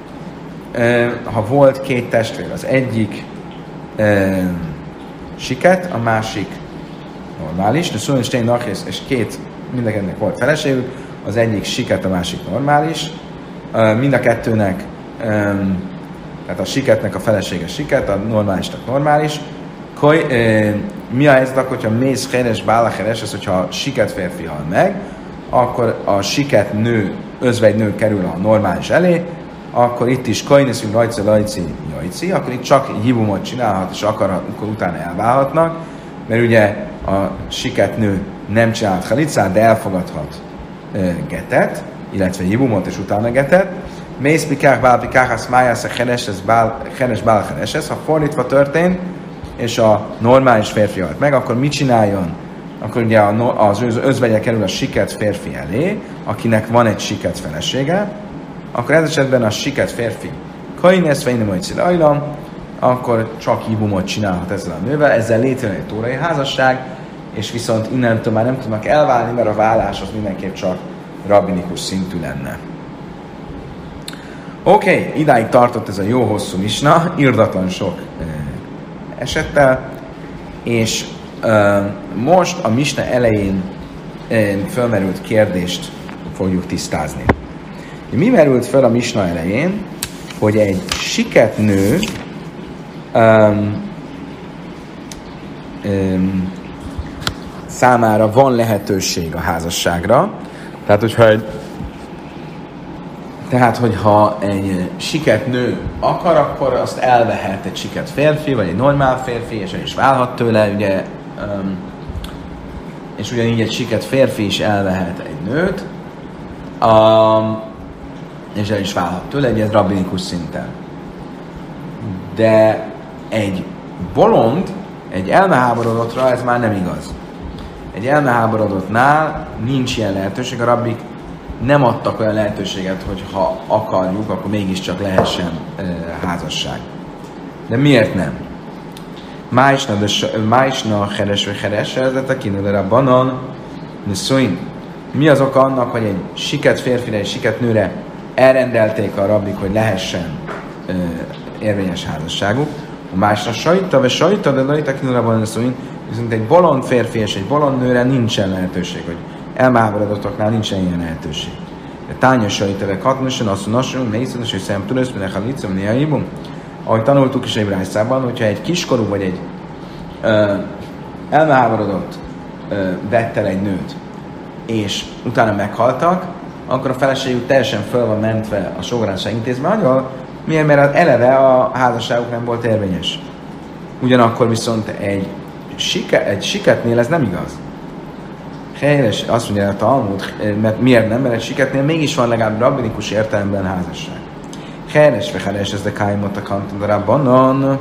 Ha volt két testvér, az egyik e, siket, a másik normális, de szújn és te nachész, és két, mindenkinek volt feleségük, az egyik siket, a másik normális. E, mind a kettőnek, e, tehát a siketnek a felesége siket, a normálisnak normális. Koj, e, mi a helyzet akkor, hogyha mész heres, bálacheres, ez hogyha a siket férfi hal meg, akkor a siket nő, özvegy nő kerül a normális elé, akkor itt is kajneszünk rajci, lajci, jajci, akkor itt csak hibumot csinálhat, és akarhat, akkor utána elválhatnak, mert ugye a siket nő nem csinált halicát, de elfogadhat e, getet, illetve hibumot, és utána getet. Mész pikák, bálpikáhász, májász, a heres, ez bál, heres, bálacheres, ez, ha fordítva történt, és a normális férfi halt meg, akkor mit csináljon? Akkor ugye az özvegye kerül a siket férfi elé, akinek van egy siket felesége, akkor ez esetben a siket férfi kainesz, vagy nem olyan ajlam, akkor csak hibumot csinálhat ezzel a nővel, ezzel létrejön egy tórai házasság, és viszont innentől már nem tudnak elválni, mert a vállás az mindenképp csak rabbinikus szintű lenne. Oké, okay, idáig tartott ez a jó hosszú misna, irdatlan sok esettel, és uh, most a misna elején uh, felmerült kérdést fogjuk tisztázni. Mi merült fel a misna elején, hogy egy siket nő um, um, számára van lehetőség a házasságra, tehát hogyha egy Tehát, hogyha egy siket nő akar, akkor azt elvehet egy siket férfi, vagy egy normál férfi, és el is válhat tőle, ugye, um, és ugyanígy egy siket férfi is elvehet egy nőt, um, és el is válhat tőle, egy rabbinikus szinten. De egy bolond Egy elmeháborodottra ez már nem igaz. Egy elmeháborodottnál nincs ilyen lehetőség, a rabbik nem adtak olyan lehetőséget, hogy ha akarjuk, akkor mégiscsak lehessen e, házasság. De miért nem? Májsna heres vagy heres, ez a kinőre a banan, nőszóin. Mi az oka annak, hogy egy siket férfire, egy siket nőre elrendelték a rabbik, hogy lehessen e, érvényes házasságuk? A másra sajta, vagy sajta, de lajta kinőre a banan, nőszóin. Viszont egy bolond férfi és egy bolond nőre nincsen lehetőség, hogy elmáborodottaknál nincsen ilyen lehetőség. De tányosai tevek hatnosan, azt mondja, hogy mészítenes, hogy szem tudsz, mert ha licom néhaibum. Ahogy tanultuk is egy rájszában, hogyha egy kiskorú vagy egy ö, elmáborodott ö, vett el egy nőt, és utána meghaltak, akkor a feleségük teljesen föl van mentve a sógoránság intézményből, miért? Mert eleve a házasságuk nem volt érvényes. Ugyanakkor viszont egy Sike, egy siketnél ez nem igaz. Helyes, azt mondja a Talmud, mert miért nem? Mert egy siketnél mégis van legalább rabbinikus értelemben házasság. Helyes, vagy helyes, ez de kájmot a kantondarabbanon.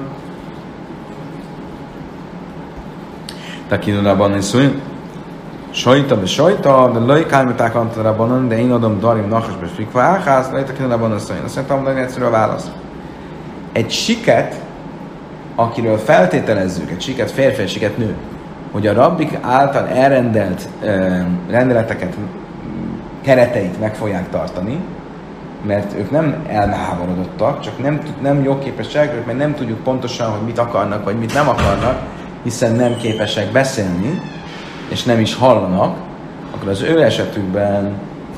Takinulabban is szólj. Sajta, de sajta, de laj kájmot a kantondarabbanon, de én adom darim nachasbe fikva áház, laj takinulabban is szólj. Azt mondtam, hogy egyszerű a válasz. Egy siket, akiről feltételezzük, egy siket férfi, egy siket nő, hogy a rabbik által elrendelt uh, rendeleteket, kereteit meg fogják tartani, mert ők nem elmeháborodottak, csak nem, nem jogképesek, mert nem tudjuk pontosan, hogy mit akarnak, vagy mit nem akarnak, hiszen nem képesek beszélni, és nem is hallanak, akkor az ő esetükben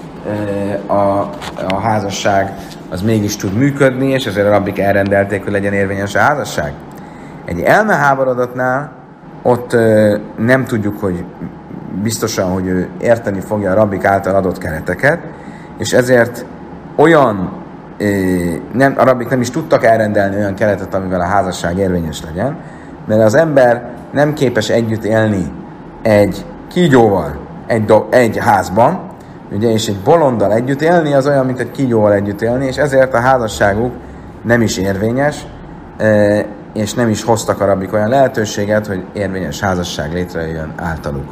uh, a, a házasság az mégis tud működni, és ezért a rabbik elrendelték, hogy legyen érvényes a házasság. Egy elmeháborodottnál ott ö, nem tudjuk, hogy biztosan, hogy ő érteni fogja a rabbik által adott kereteket, és ezért olyan, ö, nem, a rabbik nem is tudtak elrendelni olyan keretet, amivel a házasság érvényes legyen, mert az ember nem képes együtt élni egy kígyóval egy, do, egy házban, ugye, és egy bolonddal együtt élni az olyan, mint egy kígyóval együtt élni, és ezért a házasságuk nem is érvényes, ö, és nem is hoztak a rabbik olyan lehetőséget, hogy érvényes házasság létrejöjjön általuk.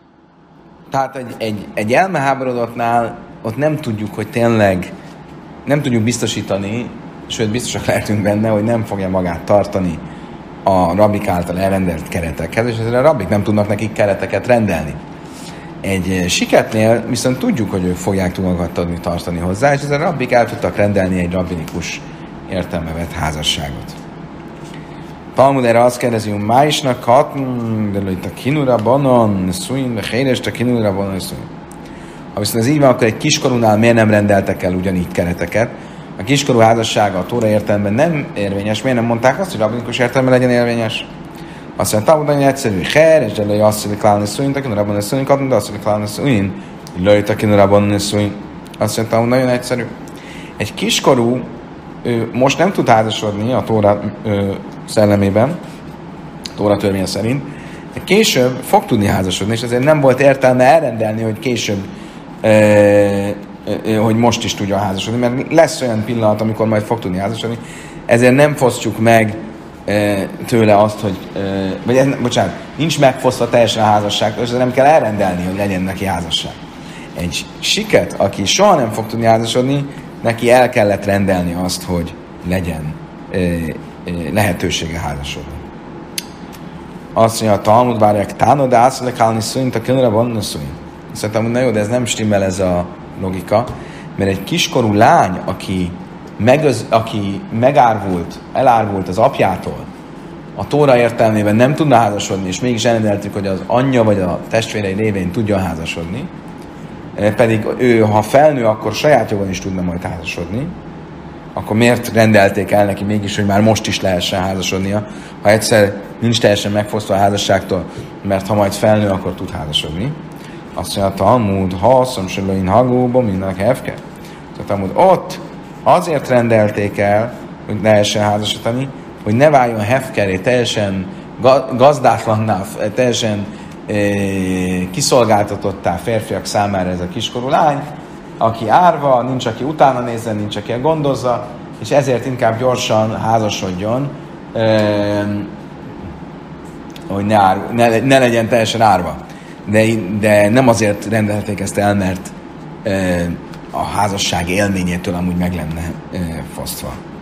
Tehát egy, egy, egy elmeháborodottnál ott nem tudjuk, hogy tényleg nem tudjuk biztosítani, sőt biztosak lehetünk benne, hogy nem fogja magát tartani a rabbik által elrendelt keretekhez, és ezért a rabbik nem tudnak nekik kereteket rendelni. Egy siketnél viszont tudjuk, hogy ők fogják magukat tudni tartani hozzá, és ezért a rabbik el tudtak rendelni egy rabbinikus értelme vett házasságot. Talmud erre azt kérdezi, hogy májsnak hat, de lőtt a kinura banon, szújn, de helyes a kinura banon, szújn. Ha viszont ez így van, akkor egy kiskorúnál miért nem rendeltek el ugyanígy kereteket? A kiskorú házassága a Tóra értelemben nem érvényes, miért nem mondták azt, hogy rabbinikus értelemben legyen érvényes? Azt mondja, Talmud nagyon egyszerű, helyes, de lőtt azt, hogy klálni szújn, a kinura banon, szújn, de azt, hogy klálni szújn, lőtt a kinura banon, szújn. Azt mondja, Talmud nagyon egyszerű. Egy kiskorú ő most nem tud házasodni a Tóra ő, szellemében, Tóra törvény szerint, de később fog tudni házasodni, és ezért nem volt értelme elrendelni, hogy később, e, e, hogy most is tudja házasodni, mert lesz olyan pillanat, amikor majd fog tudni házasodni, ezért nem fosztjuk meg e, tőle azt, hogy, e, vagy ez, bocsánat, nincs megfosztva teljesen a házasságtól, és ezért nem kell elrendelni, hogy legyen neki házasság. Egy siket, aki soha nem fog tudni házasodni, neki el kellett rendelni azt, hogy legyen e, e, lehetősége házasodni. Azt mondja, a Talmud várják, táno, de átszolek állni szújnt, a könre van szújnt. Azt mondtam, hogy na jó, de ez nem stimmel ez a logika, mert egy kiskorú lány, aki, megöz, aki megárvult, elárvult az apjától, a Tóra értelmében nem tudna házasodni, és mégis elrendeltük, hogy az anyja vagy a testvérei révén tudjon házasodni, pedig ő, ha felnő, akkor saját jogon is tudna majd házasodni, akkor miért rendelték el neki mégis, hogy már most is lehessen házasodnia, ha egyszer nincs teljesen megfosztva a házasságtól, mert ha majd felnő, akkor tud házasodni. Azt mondja, a Talmud, ha asszom sölöin hagóba, mindnek hefke. A Talmud, ott azért rendelték el, hogy lehessen házasodni, hogy ne váljon hefkeré, teljesen gazdátlanná, teljesen kiszolgáltatottá férfiak számára ez a kiskorú lány, aki árva, nincs aki utána nézzen, nincs aki gondozza, és ezért inkább gyorsan házasodjon, hogy ne, ár, ne, ne legyen teljesen árva. De, de nem azért rendelték ezt el, mert e, a házasság élményétől amúgy meg lenne e, fosztva.